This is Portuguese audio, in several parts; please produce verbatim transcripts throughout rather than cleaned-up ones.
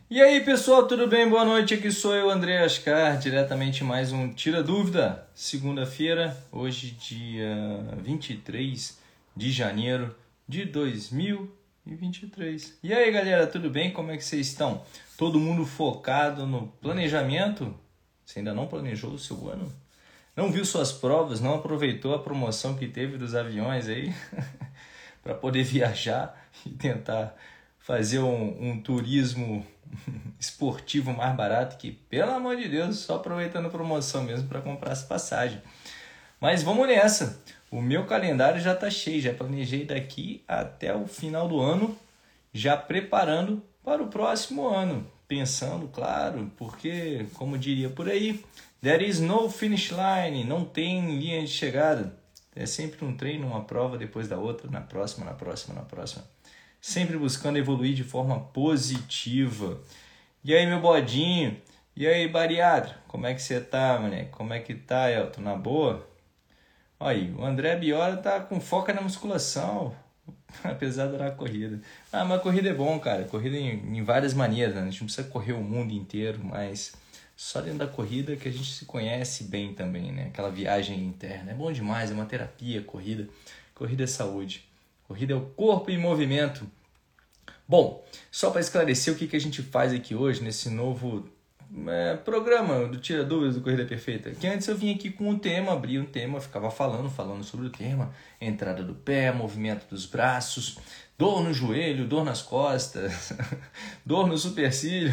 E aí pessoal, tudo bem? Boa noite, aqui sou eu, André Ascar, diretamente mais um Tira Dúvida, segunda-feira, hoje dia vinte e três de janeiro de dois mil e vinte e três. E aí galera, tudo bem? Como é que vocês estão? Todo mundo focado no planejamento? Você ainda não planejou o seu ano? Não viu suas provas? Não aproveitou a promoção que teve dos aviões aí? Para poder viajar e tentar fazer um, um turismo esportivo mais barato que, pelo amor de Deus, só aproveitando a promoção mesmo para comprar essa passagem. Mas vamos nessa. O meu calendário já está cheio, já planejei daqui até o final do ano, já preparando para o próximo ano. Pensando, claro, porque, como diria por aí, there is no finish line, não tem linha de chegada. É sempre um treino, uma prova depois da outra, na próxima, na próxima, na próxima. Sempre buscando evoluir de forma positiva. E aí, meu bodinho? E aí, bariatra? Como é que você tá, mané? Como é que tá, Elton? Na boa? Aí, o André Biora tá com foco na musculação, apesar da corrida. Ah, mas corrida é bom, cara. Corrida em, em várias maneiras, né? A gente não precisa correr o mundo inteiro, mas só dentro da corrida que a gente se conhece bem também, né? Aquela viagem interna. É bom demais, é uma terapia, corrida. Corrida é saúde. Corrida é o corpo em movimento. Bom, só para esclarecer o que, que a gente faz aqui hoje, nesse novo é, programa do Tira Dúvidas do Corrida Perfeita. Que antes eu vinha aqui com um tema, abria um tema, ficava falando, falando sobre o tema. Entrada do pé, movimento dos braços, dor no joelho, dor nas costas, dor no supercílio.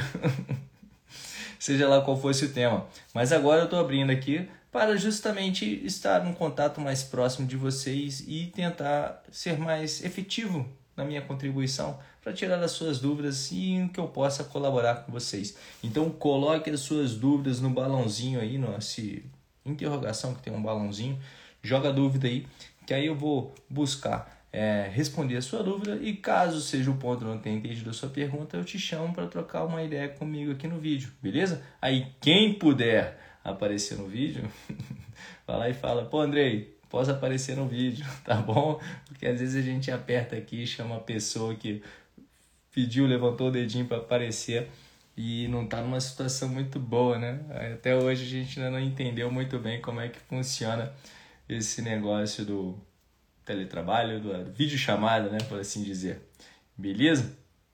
Seja lá qual fosse o tema. Mas agora eu estou abrindo aqui para justamente estar num contato mais próximo de vocês e tentar ser mais efetivo na minha contribuição para tirar as suas dúvidas e que eu possa colaborar com vocês. Então coloque as suas dúvidas no balãozinho aí, nessa interrogação que tem um balãozinho, joga a dúvida aí, que aí eu vou buscar é, responder a sua dúvida e caso seja o ponto não tenha entendido a sua pergunta, eu te chamo para trocar uma ideia comigo aqui no vídeo, beleza? Aí quem puder aparecer no vídeo, vai lá e fala, pô Andrei, posso aparecer no vídeo, tá bom? Porque às vezes a gente aperta aqui e chama a pessoa que pediu, levantou o dedinho para aparecer e não tá numa situação muito boa, né? Até hoje a gente ainda não entendeu muito bem como é que funciona esse negócio do teletrabalho, do videochamada, né? Por assim dizer. Beleza?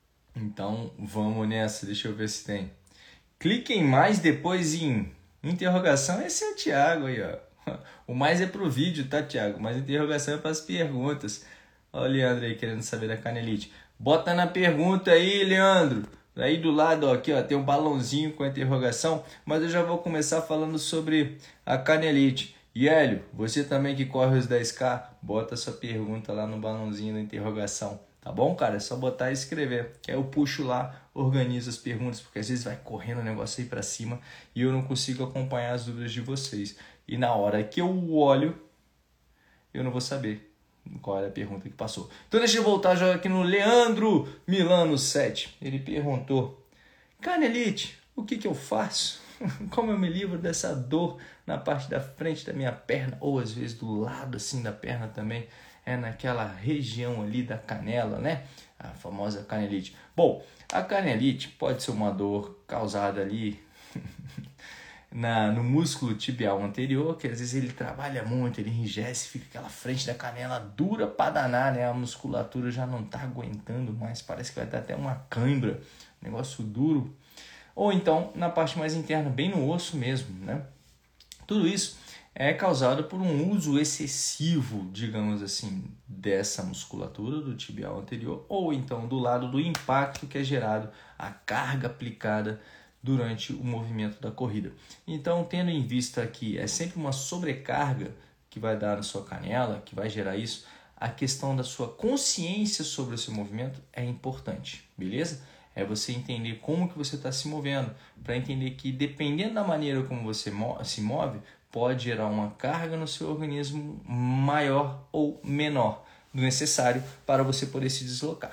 Então vamos nessa, deixa eu ver se tem. Clique em mais, depois em interrogação. Esse é o Thiago aí, ó. O mais é pro vídeo, tá, Thiago? Mas interrogação é para as perguntas. Olha o Leandro aí querendo saber da canelite. Bota na pergunta aí, Leandro. Aí do lado, ó, aqui, ó, tem um balãozinho com a interrogação. Mas eu já vou começar falando sobre a canelite. E Hélio, você também que corre os dez K, bota sua pergunta lá no balãozinho da interrogação. Tá bom, cara? É só botar e escrever. Que aí eu puxo lá, organizo as perguntas, porque às vezes vai correndo o negócio aí pra cima e eu não consigo acompanhar as dúvidas de vocês. E na hora que eu olho, eu não vou saber qual era a pergunta que passou. Então deixa eu voltar já aqui no Leandro Milano sete. Ele perguntou, canelite, o que que eu faço? Como eu me livro dessa dor na parte da frente da minha perna, ou às vezes do lado assim da perna também, é naquela região ali da canela, né? A famosa canelite. Bom, a canelite pode ser uma dor causada ali na, no músculo tibial anterior, que às vezes ele trabalha muito, ele enrijece, fica aquela frente da canela dura para danar, né? A musculatura já não tá aguentando mais, parece que vai dar até uma cãibra, negócio duro. Ou então na parte mais interna, bem no osso mesmo, né? Tudo isso é causado por um uso excessivo, digamos assim, dessa musculatura do tibial anterior, ou então do lado do impacto que é gerado, a carga aplicada durante o movimento da corrida. Então, tendo em vista que é sempre uma sobrecarga que vai dar na sua canela, que vai gerar isso, a questão da sua consciência sobre o seu movimento é importante, beleza? É você entender como que você está se movendo, para entender que dependendo da maneira como você se move, pode gerar uma carga no seu organismo maior ou menor do necessário para você poder se deslocar.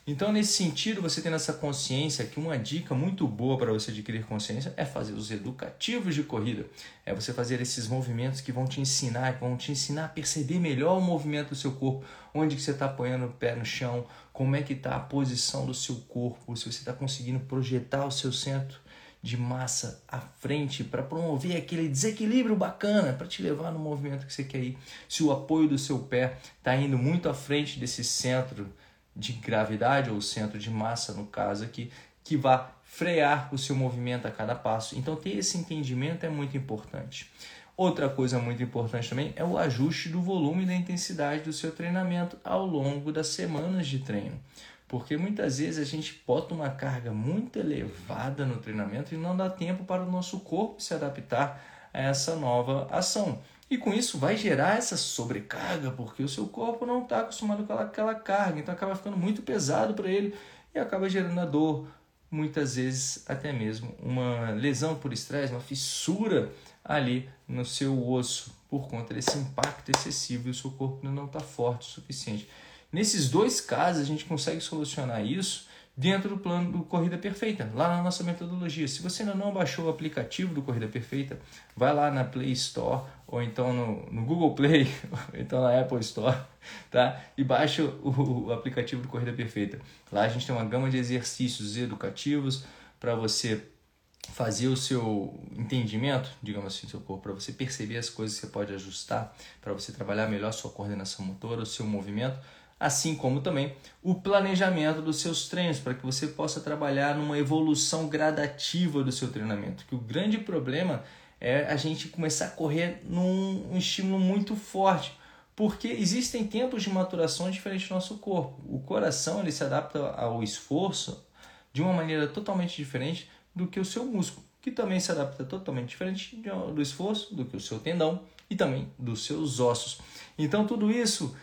Então, nesse sentido, você tendo essa consciência, que uma dica muito boa para você adquirir consciência é fazer os educativos de corrida. É você fazer esses movimentos que vão te ensinar, que vão te ensinar a perceber melhor o movimento do seu corpo, onde que você está apoiando o pé no chão, como é que está a posição do seu corpo, se você está conseguindo projetar o seu centro de massa à frente para promover aquele desequilíbrio bacana, para te levar no movimento que você quer ir. Se o apoio do seu pé está indo muito à frente desse centro de gravidade, ou centro de massa, no caso aqui, que vai frear o seu movimento a cada passo. Então, ter esse entendimento é muito importante. Outra coisa muito importante também é o ajuste do volume e da intensidade do seu treinamento ao longo das semanas de treino. Porque muitas vezes a gente bota uma carga muito elevada no treinamento e não dá tempo para o nosso corpo se adaptar a essa nova ação. E com isso vai gerar essa sobrecarga, porque o seu corpo não está acostumado com aquela carga, então acaba ficando muito pesado para ele e acaba gerando a dor, muitas vezes até mesmo uma lesão por estresse, uma fissura ali no seu osso, por conta desse impacto excessivo e o seu corpo não está forte o suficiente. Nesses dois casos, a gente consegue solucionar isso dentro do plano do Corrida Perfeita, lá na nossa metodologia. Se você ainda não baixou o aplicativo do Corrida Perfeita, vai lá na Play Store, ou então no, no Google Play, ou então na Apple Store, tá? E baixa o, o aplicativo do Corrida Perfeita. Lá a gente tem uma gama de exercícios educativos para você fazer o seu entendimento, digamos assim, do seu corpo, para você perceber as coisas que você pode ajustar, para você trabalhar melhor a sua coordenação motora, o seu movimento, assim como também o planejamento dos seus treinos, para que você possa trabalhar numa evolução gradativa do seu treinamento. Que o grande problema é a gente começar a correr num um estímulo muito forte, porque existem tempos de maturação diferentes do nosso corpo. O coração ele se adapta ao esforço de uma maneira totalmente diferente do que o seu músculo, que também se adapta totalmente diferente do esforço, do que o seu tendão e também dos seus ossos. Então tudo isso,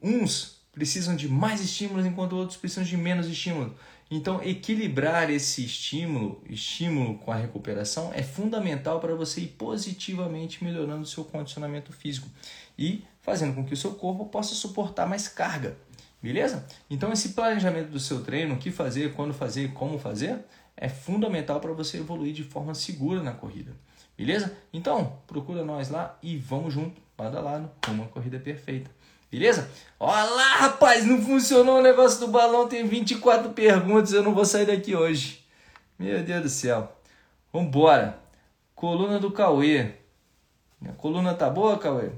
uns precisam de mais estímulos, enquanto outros precisam de menos estímulo. Então, equilibrar esse estímulo, estímulo com a recuperação é fundamental para você ir positivamente melhorando o seu condicionamento físico e fazendo com que o seu corpo possa suportar mais carga, beleza? Então, esse planejamento do seu treino, o que fazer, quando fazer, como fazer, é fundamental para você evoluir de forma segura na corrida, beleza? Então, procura nós lá e vamos junto, lado a lado, com uma corrida perfeita. Beleza? Olha lá, rapaz, não funcionou o negócio do balão, tem vinte e quatro perguntas, eu não vou sair daqui hoje. Meu Deus do céu. Vambora. Coluna do Cauê. A coluna tá boa, Cauê?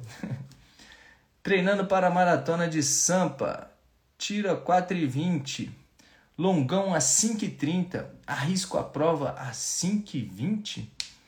Treinando para a maratona de Sampa. Tira quatro e vinte. Longão a cinco e trinta. Arrisco a prova a cinco e vinte.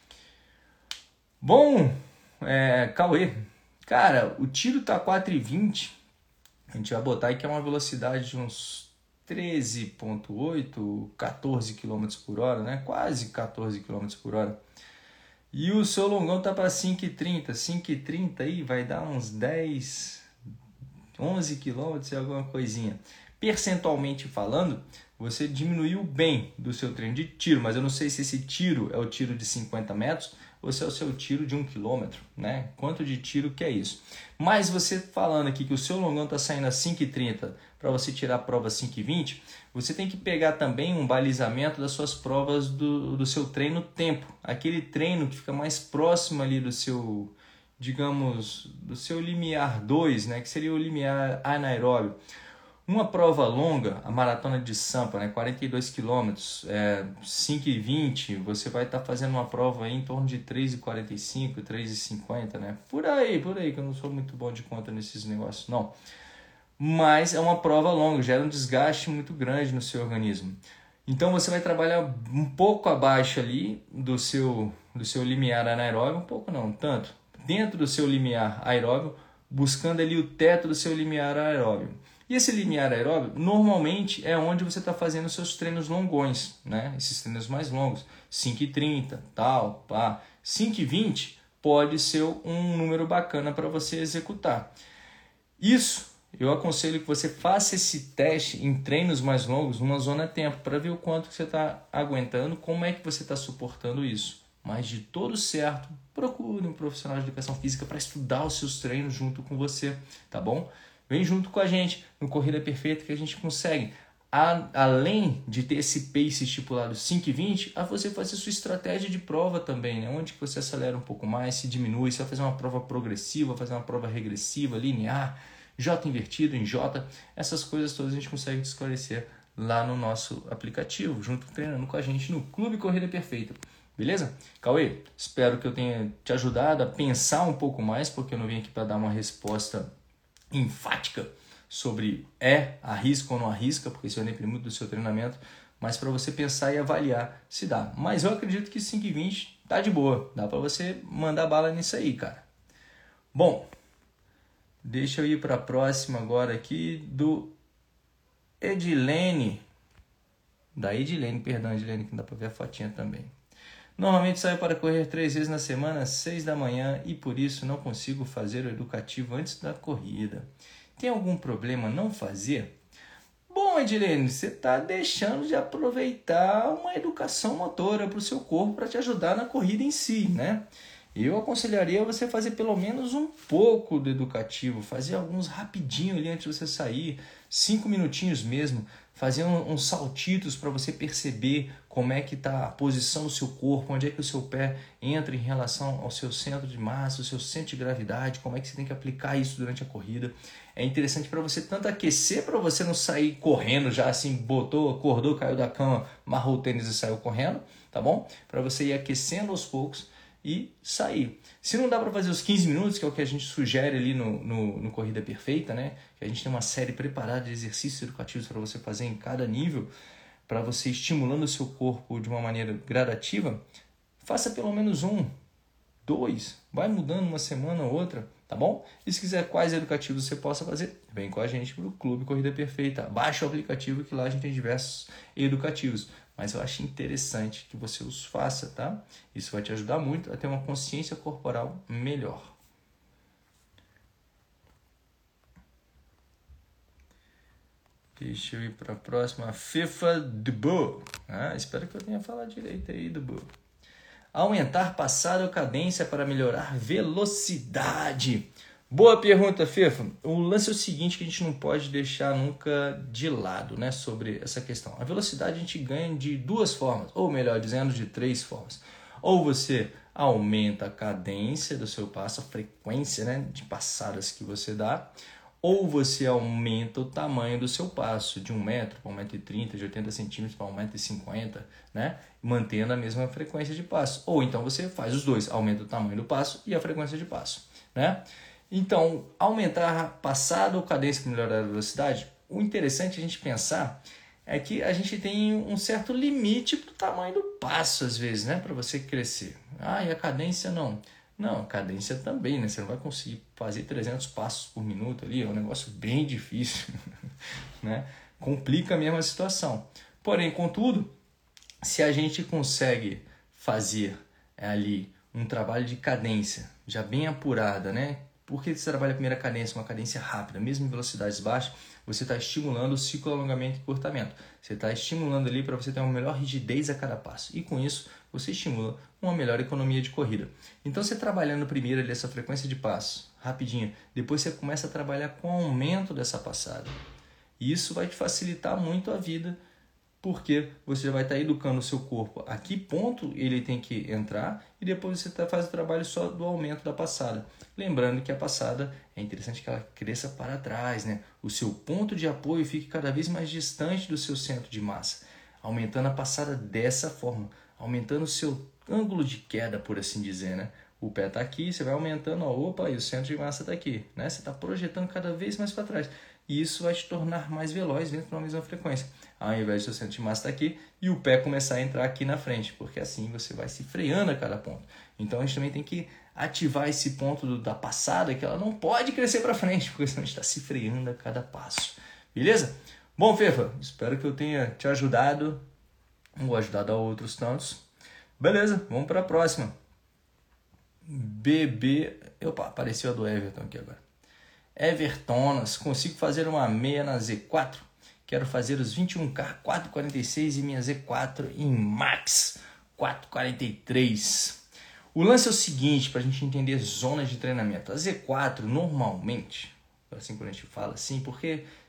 Bom, é, Cauê. Cara, o tiro tá quatro e vinte, a gente vai botar aí que é uma velocidade de uns treze vírgula oito, quatorze quilômetros por hora, né? Quase quatorze quilômetros por hora. E o seu longão tá para cinco e trinta, cinco e trinta aí vai dar uns dez, onze quilômetros e alguma coisinha. Percentualmente falando, você diminuiu bem do seu treino de tiro, mas eu não sei se esse tiro é o tiro de cinquenta metros ou se é o seu tiro de um quilômetro, né? Quanto de tiro que é isso? Mas você falando aqui que o seu longão está saindo a cinco e trinta para você tirar a prova cinco e vinte, você tem que pegar também um balizamento das suas provas do, do seu treino tempo. Aquele treino que fica mais próximo ali do seu, digamos, do seu limiar dois, né? Que seria o limiar anaeróbio. Uma prova longa, a maratona de Sampa, né, quarenta e dois quilômetros, é, cinco e vinte, você vai estar tá fazendo uma prova aí em torno de três e quarenta e cinco, três e cinquenta, né? Por aí, por aí, que eu não sou muito bom de conta nesses negócios, não. Mas é uma prova longa, gera um desgaste muito grande no seu organismo. Então você vai trabalhar um pouco abaixo ali do seu, do seu limiar anaeróbio, um pouco não, tanto, dentro do seu limiar aeróbio, buscando ali o teto do seu limiar aeróbio. E esse limiar aeróbio, normalmente, é onde você está fazendo os seus treinos longões, né? Esses treinos mais longos, cinco e trinta, tal, pá. cinco e vinte pode ser um número bacana para você executar. Isso, eu aconselho que você faça esse teste em treinos mais longos, numa zona tempo, para ver o quanto que você está aguentando, como é que você está suportando isso. Mas de todo certo, procure um profissional de educação física para estudar os seus treinos junto com você, tá bom? Vem junto com a gente no Corrida Perfeita que a gente consegue a, além de ter esse pace estipulado cinco e vinte, a você fazer sua estratégia de prova também, né? Onde que você acelera um pouco mais, se diminui, você vai fazer uma prova progressiva, fazer uma prova regressiva, linear, J invertido em J, essas coisas todas a gente consegue te esclarecer lá no nosso aplicativo, junto treinando com a gente no Clube Corrida Perfeita. Beleza? Cauê, espero que eu tenha te ajudado a pensar um pouco mais, porque eu não vim aqui para dar uma resposta enfática sobre é, arrisca ou não arrisca, porque isso vai depender muito do seu treinamento, mas para você pensar e avaliar se dá. Mas eu acredito que cinco e vinte tá de boa, dá para você mandar bala nisso aí, cara. Bom, deixa eu ir para a próxima agora aqui do Edilene. Da Edilene, perdão, Edilene, que dá para ver a fotinha também. Normalmente saio para correr três vezes na semana, às seis da manhã, e por isso não consigo fazer o educativo antes da corrida. Tem algum problema não fazer? Bom, Edilene, você está deixando de aproveitar uma educação motora para o seu corpo para te ajudar na corrida em si, né? Eu aconselharia você fazer pelo menos um pouco do educativo, fazer alguns rapidinho ali antes de você sair, cinco minutinhos mesmo, fazer uns um, um saltitos para você perceber como é que está a posição do seu corpo, onde é que o seu pé entra em relação ao seu centro de massa, o seu centro de gravidade, como é que você tem que aplicar isso durante a corrida. É interessante para você tanto aquecer, para você não sair correndo já assim, botou, acordou, caiu da cama, amarrou o tênis e saiu correndo, tá bom? Para você ir aquecendo aos poucos e sair. Se não dá para fazer os quinze minutos, que é o que a gente sugere ali no, no, no Corrida Perfeita, né? Que a gente tem uma série preparada de exercícios educativos para você fazer em cada nível, para você estimulando o seu corpo de uma maneira gradativa, faça pelo menos um, dois, vai mudando uma semana ou outra, tá bom? E se quiser quais educativos você possa fazer, vem com a gente para o Clube Corrida Perfeita. Baixa o aplicativo que lá a gente tem diversos educativos. Mas eu acho interessante que você os faça, tá? Isso vai te ajudar muito a ter uma consciência corporal melhor. Deixa eu ir para a próxima. FIFA Dubu. Ah, espero que eu tenha falado direito aí, Dubu. Aumentar passada ou cadência para melhorar velocidade. Boa pergunta, Fefa. O lance é o seguinte, que a gente não pode deixar nunca de lado, né, sobre essa questão. A velocidade a gente ganha de duas formas, ou melhor dizendo, de três formas. Ou você aumenta a cadência do seu passo, a frequência, né, de passadas que você dá, ou você aumenta o tamanho do seu passo, de um metro para um metro e trinta, de oitenta centímetros para um metro e cinquenta, né, mantendo a mesma frequência de passo. Ou então você faz os dois, aumenta o tamanho do passo e a frequência de passo, né? Então, aumentar a passada ou cadência para melhorar a velocidade, o interessante a gente pensar é que a gente tem um certo limite para o tamanho do passo, às vezes, né? Para você crescer. Ah, e a cadência não. Não, a cadência também, né? Você não vai conseguir fazer trezentos passos por minuto ali, é um negócio bem difícil, né? Complica mesmo a situação. Porém, contudo, se a gente consegue fazer ali um trabalho de cadência já bem apurada, né? Por que você trabalha a primeira cadência, uma cadência rápida, mesmo em velocidades baixas, você está estimulando o ciclo alongamento e encurtamento. Você está estimulando ali para você ter uma melhor rigidez a cada passo. E com isso, você estimula uma melhor economia de corrida. Então, você trabalhando primeiro ali essa frequência de passo, rapidinho, depois você começa a trabalhar com o aumento dessa passada. E isso vai te facilitar muito a vida, porque você vai estar educando o seu corpo a que ponto ele tem que entrar e depois você tá, faz o trabalho só do aumento da passada. Lembrando que a passada é interessante que ela cresça para trás, né? O seu ponto de apoio fique cada vez mais distante do seu centro de massa, aumentando a passada dessa forma, aumentando o seu ângulo de queda, por assim dizer, né? O pé está aqui, você vai aumentando, ó, opa, e o centro de massa está aqui, né? Você está projetando cada vez mais para trás. E isso vai te tornar mais veloz dentro de uma mesma frequência. Ao invés do seu centro de massa estar aqui e o pé começar a entrar aqui na frente, porque assim você vai se freando a cada ponto. Então a gente também tem que ativar esse ponto do, da passada, que ela não pode crescer para frente, porque senão a gente está se freando a cada passo. Beleza? Bom, Fefa, espero que eu tenha te ajudado, ou ajudado a outros tantos. Beleza, vamos para a próxima. B B... Opa, apareceu a do Everton aqui agora. Evertonas, consigo fazer uma meia na Z quatro? Quero fazer os vinte e um K quatro quarenta e seis e minha Z quatro em Max quatro quarenta e três. O lance é o seguinte, para a gente entender zonas de treinamento. A Z quatro, normalmente, assim quando a gente fala assim, porque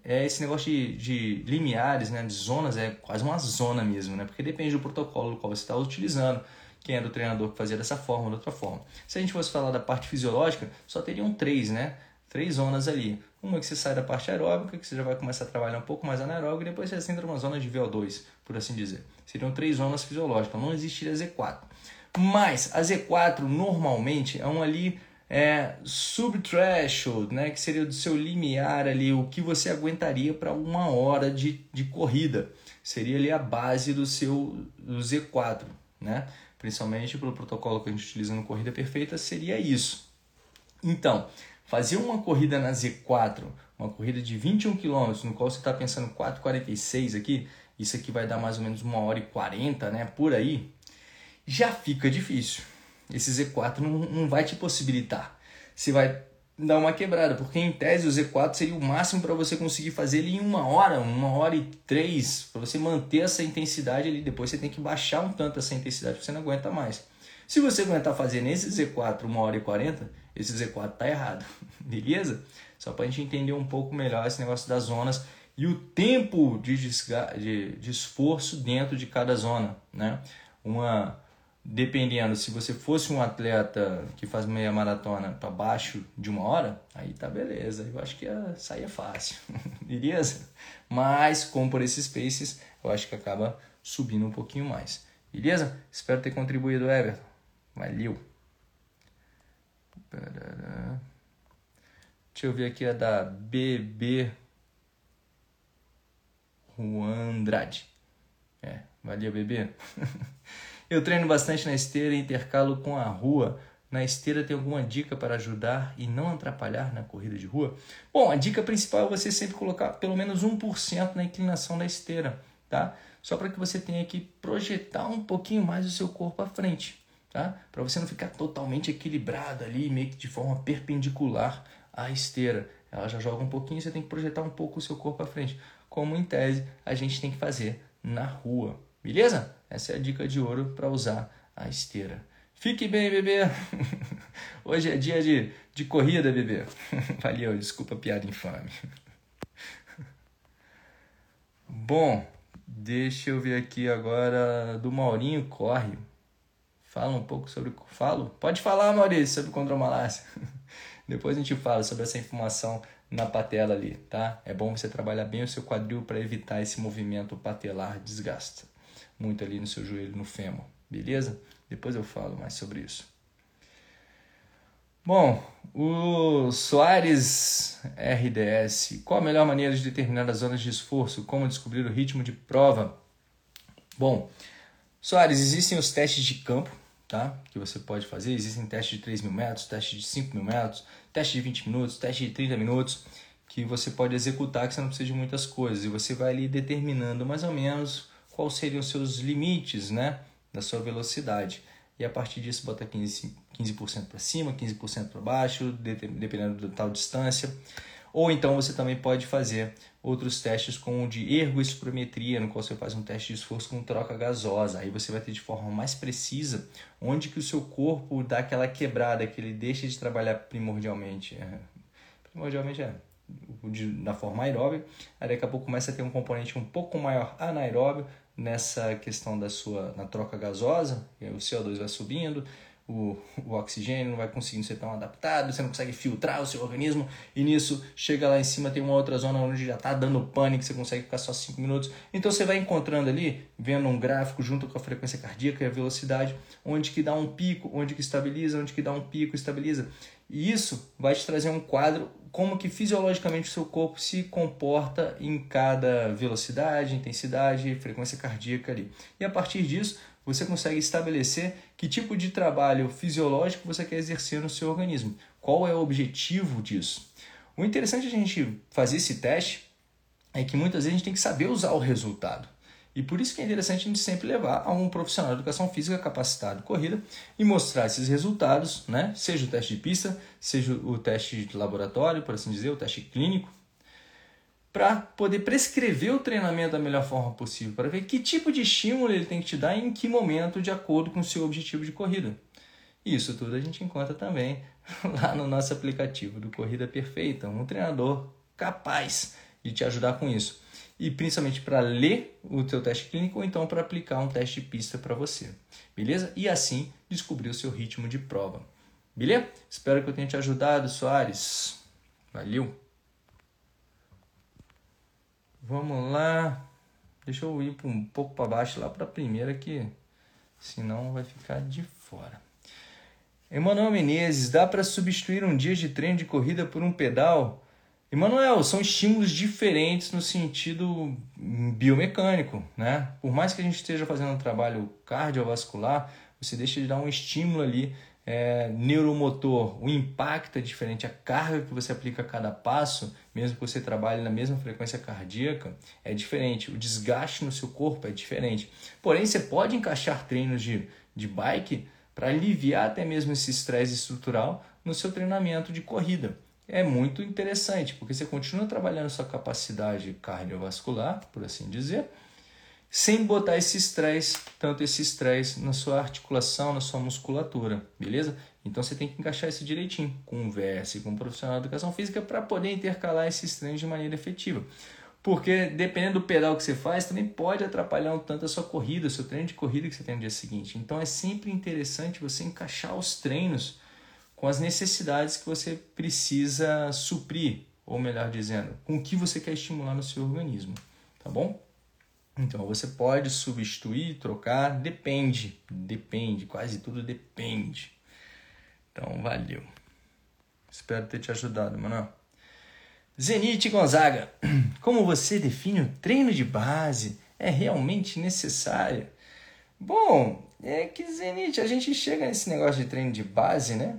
é esse negócio de, de limiares, né, de zonas, é quase uma zona mesmo, né, porque depende do protocolo do qual você está utilizando, quem era o treinador que fazia dessa forma ou de outra forma. Se a gente fosse falar da parte fisiológica, só teriam três, né, três zonas ali. Uma que você sai da parte aeróbica, que você já vai começar a trabalhar um pouco mais anaeróbico, e depois você entra numa zona de V O dois, por assim dizer. Seriam três zonas fisiológicas, não existiria Z quatro. Mas a Z quatro normalmente é um ali é, sub-threshold, né, que seria do seu limiar ali, o que você aguentaria para uma hora de, de corrida. Seria ali a base do seu do Z quatro, né? Principalmente pelo protocolo que a gente utiliza no Corrida Perfeita, seria isso. Então, fazer uma corrida na Z quatro, uma corrida de vinte e um quilômetros, no qual você está pensando quatro e quarenta e seis aqui, isso aqui vai dar mais ou menos uma hora e quarenta, né, por aí, já fica difícil. Esse Z quatro não, não vai te possibilitar. Você vai dar uma quebrada, porque em tese o Z quatro seria o máximo para você conseguir fazer ele em uma hora, uma hora e três, para você manter essa intensidade ali. Depois você tem que baixar um tanto essa intensidade, porque você não aguenta mais. Se você aguentar fazer nesse Z quatro uma hora e quarenta, esse Z quatro tá errado, beleza? Só para a gente entender um pouco melhor esse negócio das zonas e o tempo de, desga- de, de esforço dentro de cada zona, né? Uma, dependendo, se você fosse um atleta que faz meia maratona para baixo de uma hora, aí tá beleza, eu acho que ia sair fácil, beleza? Mas, como por esses paces, eu acho que acaba subindo um pouquinho mais, beleza? Espero ter contribuído, Everton. Valeu! Deixa eu ver aqui a da B B Juan Andrade. É, valeu, bebê. Eu treino bastante na esteira e intercalo com a rua. Na esteira tem alguma dica para ajudar e não atrapalhar na corrida de rua? Bom, a dica principal é você sempre colocar pelo menos um por cento na inclinação da esteira, tá? Só para que você tenha que projetar um pouquinho mais o seu corpo à frente, tá? Para você não ficar totalmente equilibrado ali, meio que de forma perpendicular à esteira. Ela já joga um pouquinho, você tem que projetar um pouco o seu corpo à frente, como em tese a gente tem que fazer na rua, beleza? Essa é a dica de ouro para usar a esteira. Fique bem, bebê! Hoje é dia de, de corrida, bebê. Valeu, desculpa a piada infame. Bom, deixa eu ver aqui agora do Maurinho Corre. Fala um pouco sobre... Falo? Pode falar, Maurício, sobre condromalácia. Depois a gente fala sobre essa informação na patela ali, tá? É bom você trabalhar bem o seu quadril para evitar esse movimento patelar desgasta muito ali no seu joelho, no fêmur, beleza? Depois eu falo mais sobre isso. Bom, o Soares R D S. Qual a melhor maneira de determinar as zonas de esforço? Como descobrir o ritmo de prova? Bom, Soares, existem os testes de campo, tá? Que você pode fazer. Existem testes de três mil metros, testes de cinco mil metros, teste de vinte minutos, teste de trinta minutos, que você pode executar, que você não precisa de muitas coisas. E você vai ali determinando mais ou menos quais seriam os seus limites, né, da sua velocidade. E a partir disso, bota quinze por cento para cima, quinze por cento para baixo, dependendo da tal distância. Ou então você também pode fazer outros testes como o de ergospirometria, no qual você faz um teste de esforço com troca gasosa. Aí você vai ter de forma mais precisa onde que o seu corpo dá aquela quebrada, que ele deixa de trabalhar primordialmente. É, primordialmente é de, na forma aeróbica. Aí daqui a pouco começa a ter um componente um pouco maior anaeróbio nessa questão da sua na troca gasosa. O C O dois vai subindo, O, o oxigênio não vai conseguindo ser tão adaptado, você não consegue filtrar o seu organismo, e nisso chega lá em cima, tem uma outra zona onde já está dando pânico, você consegue ficar só cinco minutos. Então você vai encontrando ali, vendo um gráfico junto com a frequência cardíaca e a velocidade, onde que dá um pico, onde que estabiliza, onde que dá um pico, estabiliza. E isso vai te trazer um quadro como que fisiologicamente o seu corpo se comporta em cada velocidade, intensidade, frequência cardíaca ali. E a partir disso, você consegue estabelecer que tipo de trabalho fisiológico você quer exercer no seu organismo. Qual é o objetivo disso? O interessante de a gente fazer esse teste é que muitas vezes a gente tem que saber usar o resultado. E por isso que é interessante a gente sempre levar a um profissional de educação física capacitado de corrida e mostrar esses resultados, né? Seja o teste de pista, seja o teste de laboratório, por assim dizer, o teste clínico, para poder prescrever o treinamento da melhor forma possível, para ver que tipo de estímulo ele tem que te dar e em que momento, de acordo com o seu objetivo de corrida. Isso tudo a gente encontra também lá no nosso aplicativo do Corrida Perfeita, um treinador capaz de te ajudar com isso. E principalmente para ler o teu teste clínico ou então para aplicar um teste de pista para você. Beleza? E assim descobrir o seu ritmo de prova. Beleza? Espero que eu tenha te ajudado, Soares. Valeu! Vamos lá. Deixa eu ir um pouco para baixo lá para a primeira que senão vai ficar de fora. Emanuel Menezes, dá para substituir um dia de treino de corrida por um pedal? Emanuel, são estímulos diferentes no sentido biomecânico, né? Por mais que a gente esteja fazendo um trabalho cardiovascular, você deixa de dar um estímulo ali é, neuromotor. O impacto é diferente, a carga que você aplica a cada passo, mesmo que você trabalhe na mesma frequência cardíaca, é diferente. O desgaste no seu corpo é diferente. Porém, você pode encaixar treinos de, de bike para aliviar até mesmo esse estresse estrutural no seu treinamento de corrida. É muito interessante, porque você continua trabalhando sua capacidade cardiovascular, por assim dizer, sem botar esse estresse, tanto esse estresse na sua articulação, na sua musculatura, beleza? Então você tem que encaixar isso direitinho, converse com um profissional de educação física para poder intercalar esses treinos de maneira efetiva. Porque dependendo do pedal que você faz, também pode atrapalhar um tanto a sua corrida, o seu treino de corrida que você tem no dia seguinte. Então é sempre interessante você encaixar os treinos com as necessidades que você precisa suprir, ou melhor dizendo, com o que você quer estimular no seu organismo, tá bom? Então você pode substituir, trocar, depende, depende, quase tudo depende. Então valeu. Espero ter te ajudado, mano. Zenite Gonzaga, como você define o treino de base? É realmente necessário? Bom, é que Zenite, a gente chega nesse negócio de treino de base, né?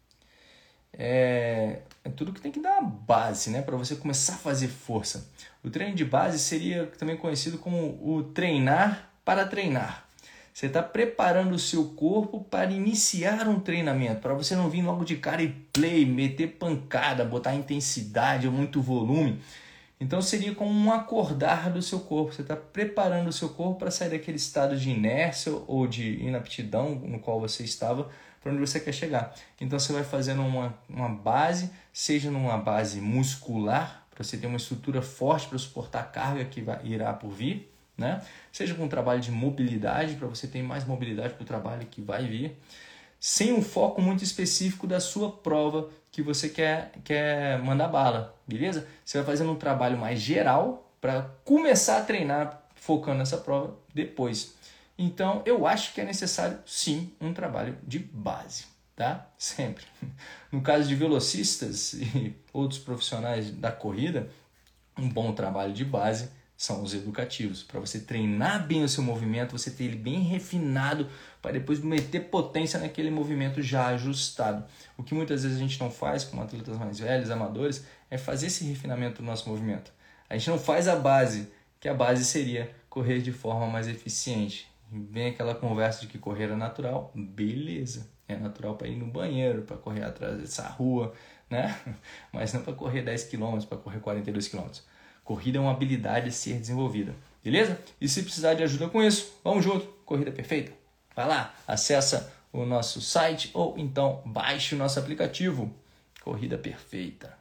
É, é tudo que tem que dar base, né? Para você começar a fazer força. O treino de base seria também conhecido como o treinar para treinar. Você está preparando o seu corpo para iniciar um treinamento, para você não vir logo de cara e play, meter pancada, botar intensidade ou muito volume. Então seria como um acordar do seu corpo. Você está preparando o seu corpo para sair daquele estado de inércia ou de inaptidão no qual você estava para onde você quer chegar. Então você vai fazendo uma, uma base, seja numa base muscular, para você ter uma estrutura forte para suportar a carga que vai, irá por vir, né? Seja com um trabalho de mobilidade, para você ter mais mobilidade para o trabalho que vai vir, sem um foco muito específico da sua prova que você quer, quer mandar bala, beleza? Você vai fazendo um trabalho mais geral para começar a treinar focando nessa prova depois. Então, eu acho que é necessário, sim, um trabalho de base, tá? Sempre. No caso de velocistas e outros profissionais da corrida, um bom trabalho de base são os educativos, para você treinar bem o seu movimento, você ter ele bem refinado, para depois meter potência naquele movimento já ajustado. O que muitas vezes a gente não faz, como atletas mais velhos, amadores, é fazer esse refinamento do nosso movimento. A gente não faz a base, que a base seria correr de forma mais eficiente. Vem aquela conversa de que correr é natural, beleza, é natural para ir no banheiro, para correr atrás dessa rua, né? Mas não para correr dez quilômetros, para correr quarenta e dois quilômetros. Corrida é uma habilidade a ser desenvolvida, beleza? E se precisar de ajuda com isso, vamos junto, Corrida Perfeita. Vai lá, acessa o nosso site ou então baixe o nosso aplicativo, Corrida Perfeita.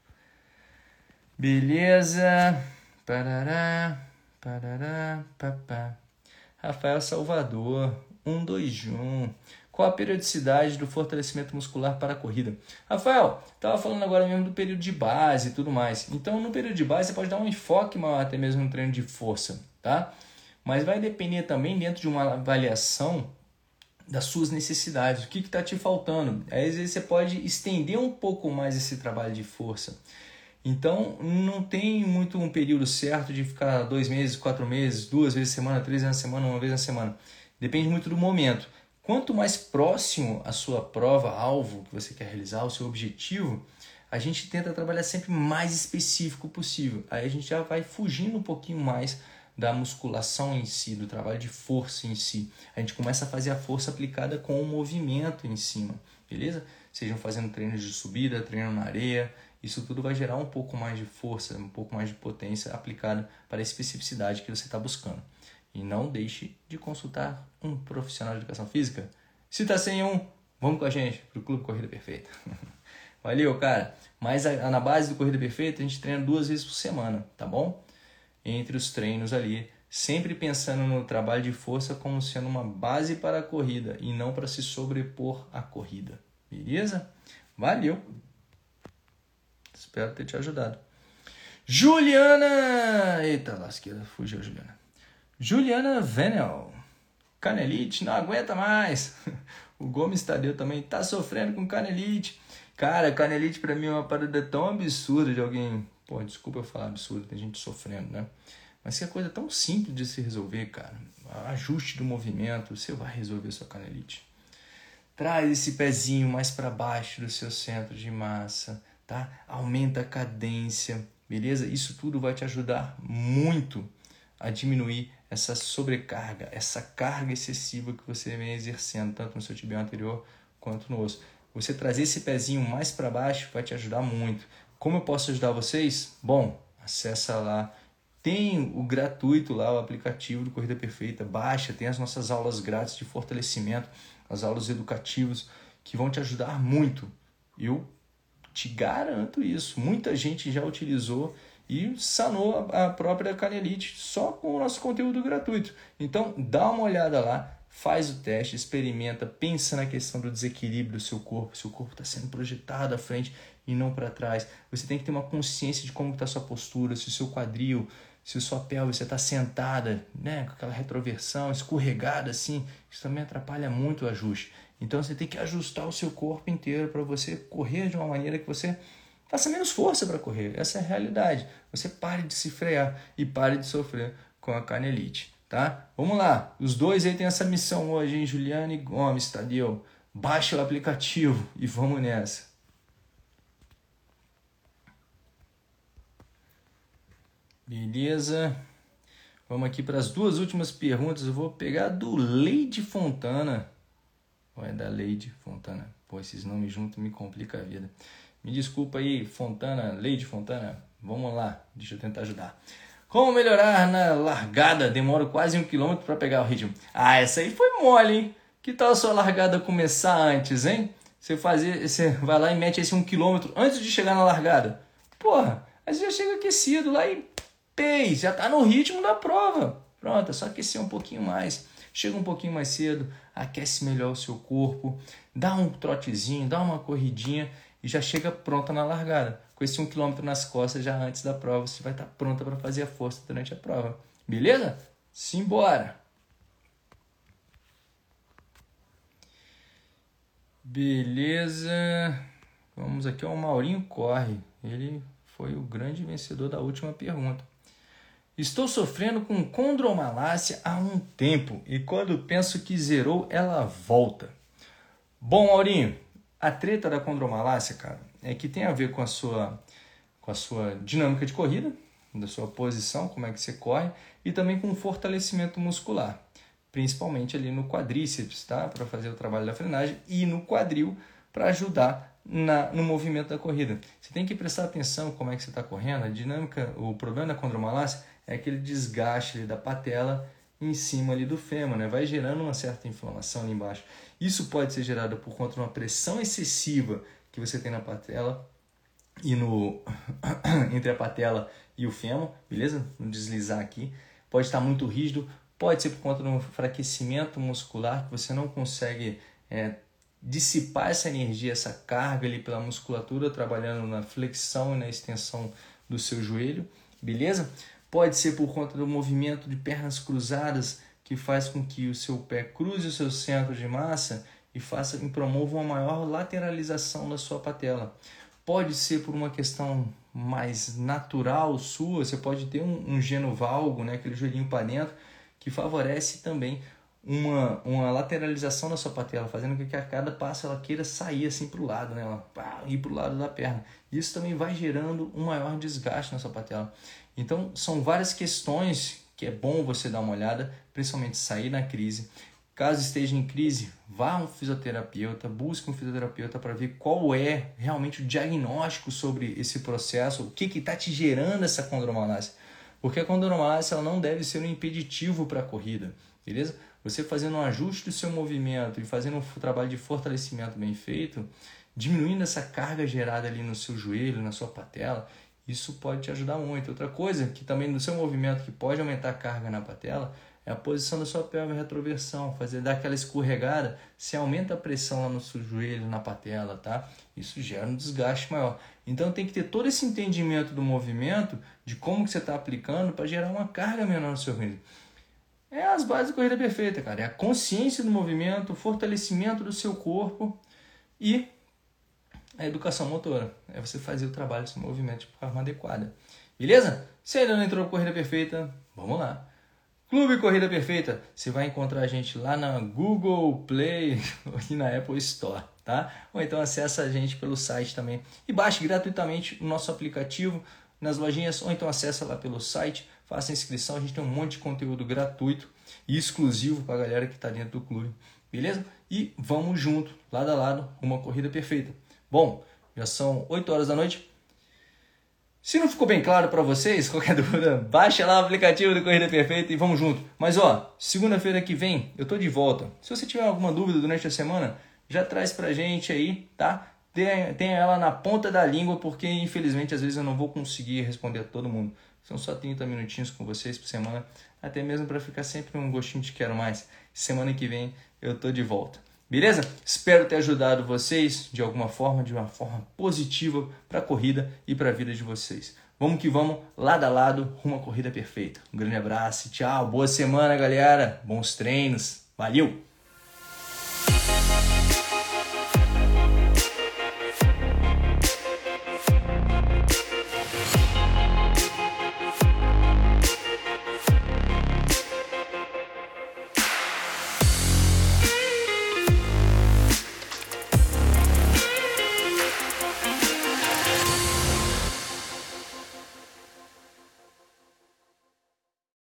Beleza? Parará, parará, papá. Rafael Salvador, um dois um. Qual a periodicidade do fortalecimento muscular para a corrida? Rafael, estava falando agora mesmo do período de base e tudo mais. Então, no período de base, você pode dar um enfoque maior até mesmo no treino de força, tá? Mas vai depender também dentro de uma avaliação das suas necessidades. O que está te faltando? Às vezes você pode estender um pouco mais esse trabalho de força. Então, não tem muito um período certo de ficar dois meses, quatro meses, duas vezes na semana, três vezes na semana, uma vez na semana. Depende muito do momento. Quanto mais próximo a sua prova-alvo que você quer realizar, o seu objetivo, a gente tenta trabalhar sempre mais específico possível. Aí a gente já vai fugindo um pouquinho mais da musculação em si, do trabalho de força em si. A gente começa a fazer a força aplicada com o movimento em cima, beleza? Sejam fazendo treinos de subida, treino na areia. Isso tudo vai gerar um pouco mais de força, um pouco mais de potência aplicada para a especificidade que você está buscando. E não deixe de consultar um profissional de educação física. Se está sem um, vamos com a gente para o Clube Corrida Perfeita. Valeu, cara. Mas a, na base do Corrida Perfeita, a gente treina duas vezes por semana, tá bom? Entre os treinos ali, sempre pensando no trabalho de força como sendo uma base para a corrida e não para se sobrepor à corrida. Beleza? Valeu! Espero ter te ajudado. Juliana! Eita, lasqueira, fugiu, Juliana. Juliana Venel. Canelite, não aguenta mais. O Gomes Tadeu também tá sofrendo com canelite. Cara, canelite pra mim é uma parada tão absurda de alguém... Pô, desculpa eu falar absurdo, tem gente sofrendo, né? Mas que é coisa tão simples de se resolver, cara. Ajuste do movimento, você vai resolver sua canelite. Traz esse pezinho mais para baixo do seu centro de massa, tá? Aumenta a cadência, beleza? Isso tudo vai te ajudar muito a diminuir essa sobrecarga, essa carga excessiva que você vem exercendo, tanto no seu tibial anterior quanto no osso. Você trazer esse pezinho mais para baixo vai te ajudar muito. Como eu posso ajudar vocês? Bom, acessa lá. Tem o gratuito lá, o aplicativo do Corrida Perfeita. Baixa, tem as nossas aulas grátis de fortalecimento, as aulas educativas, que vão te ajudar muito. Eu te garanto isso. Muita gente já utilizou e sanou a própria canelite só com o nosso conteúdo gratuito. Então, dá uma olhada lá, faz o teste, experimenta, pensa na questão do desequilíbrio do seu corpo, se o corpo está sendo projetado à frente e não para trás. Você tem que ter uma consciência de como está a sua postura, se o seu quadril, se a sua pelve, você está sentada, né, com aquela retroversão, escorregada assim, isso também atrapalha muito o ajuste. Então você tem que ajustar o seu corpo inteiro para você correr de uma maneira que você faça menos força para correr. Essa é a realidade. Você pare de se frear e pare de sofrer com a canelite, tá? Vamos lá. Os dois aí têm essa missão hoje, hein? Juliane Gomes, Tadeu. Baixa o aplicativo e vamos nessa. Beleza. Vamos aqui para as duas últimas perguntas. Eu vou pegar do Leide Fontana. Ou é da Leide Fontana? Pô, esses nomes juntos me complicam a vida. Me desculpa aí, Fontana, Leide Fontana. Vamos lá, deixa eu tentar ajudar. Como melhorar na largada? Demoro quase um quilômetro para pegar o ritmo. Ah, essa aí foi mole, hein? Que tal a sua largada começar antes, hein? Você, fazer, você vai lá e mete esse um quilômetro antes de chegar na largada. Porra, aí você já chega aquecido lá e pei, já tá no ritmo da prova. Pronto, é só aquecer um pouquinho mais. Chega um pouquinho mais cedo, aquece melhor o seu corpo, dá um trotezinho, dá uma corridinha e já chega pronta na largada. Com esse um quilômetro nas costas já antes da prova, você vai estar pronta para fazer a força durante a prova. Beleza? Simbora! Beleza. Vamos aqui ao Maurinho Corre. Ele foi o grande vencedor da última pergunta. Estou sofrendo com condromalácia há um tempo e quando penso que zerou, ela volta. Bom, Maurinho, a treta da condromalácia, cara, é que tem a ver com a sua, com a sua dinâmica de corrida, da sua posição, como é que você corre, e também com o fortalecimento muscular, principalmente ali no quadríceps, tá? Para fazer o trabalho da frenagem, e no quadril para ajudar na, no movimento da corrida. Você tem que prestar atenção como é que você está correndo. A dinâmica, o problema da condromalácia é aquele desgaste ali da patela em cima ali do fêmur, né? Vai gerando uma certa inflamação ali embaixo. Isso pode ser gerado por conta de uma pressão excessiva que você tem na patela e no entre a patela e o fêmur, beleza? Vou deslizar aqui. Pode estar muito rígido, pode ser por conta de um enfraquecimento muscular que você não consegue é, dissipar essa energia, essa carga ali pela musculatura, trabalhando na flexão e na extensão do seu joelho, beleza? Pode ser por conta do movimento de pernas cruzadas que faz com que o seu pé cruze o seu centro de massa e, faça, e promova uma maior lateralização da sua patela. Pode ser por uma questão mais natural sua, você pode ter um, um genovalgo, né, aquele joelhinho para dentro, que favorece também uma, uma lateralização da sua patela, fazendo com que a cada passo ela queira sair assim para o lado, né, ela, pá, ir para o lado da perna. Isso também vai gerando um maior desgaste na sua patela. Então, são várias questões que é bom você dar uma olhada, principalmente sair na crise. Caso esteja em crise, vá a um fisioterapeuta, busque um fisioterapeuta para ver qual é realmente o diagnóstico sobre esse processo, o que está te gerando essa condromalácia. Porque a condromalácia ela não deve ser um impeditivo para a corrida, beleza? Você fazendo um ajuste do seu movimento e fazendo um trabalho de fortalecimento bem feito, diminuindo essa carga gerada ali no seu joelho, na sua patela, isso pode te ajudar muito. Outra coisa que também no seu movimento que pode aumentar a carga na patela é a posição da sua pelve, a retroversão, fazer dar aquela escorregada, você aumenta a pressão lá no seu joelho, na patela, tá? Isso gera um desgaste maior. Então tem que ter todo esse entendimento do movimento, de como que você está aplicando para gerar uma carga menor no seu organismo. É as bases da corrida perfeita, cara. É a consciência do movimento, o fortalecimento do seu corpo e a educação motora. É você fazer o trabalho desse movimento de forma adequada. Beleza? Se ainda não entrou na Corrida Perfeita, vamos lá. Clube Corrida Perfeita, você vai encontrar a gente lá na Google Play e na Apple Store, tá? Ou então acessa a gente pelo site também e baixe gratuitamente o nosso aplicativo nas lojinhas, ou então acessa lá pelo site, faça a inscrição, a gente tem um monte de conteúdo gratuito e exclusivo para a galera que está dentro do clube, beleza? E vamos junto, lado a lado, uma corrida perfeita. Bom, já são oito horas da noite. Se não ficou bem claro para vocês, qualquer dúvida, baixa lá o aplicativo do Corrida Perfeita e vamos junto. Mas ó, segunda-feira que vem eu tô de volta. Se você tiver alguma dúvida durante a semana, já traz pra gente aí, tá? Tenha, tenha ela na ponta da língua, porque infelizmente às vezes eu não vou conseguir responder a todo mundo. São só trinta minutinhos com vocês por semana, até mesmo para ficar sempre um gostinho de quero mais. Semana que vem eu tô de volta. Beleza? Espero ter ajudado vocês de alguma forma, de uma forma positiva para a corrida e para a vida de vocês. Vamos que vamos, lado a lado, rumo à corrida perfeita. Um grande abraço, tchau, boa semana, galera, bons treinos, valeu!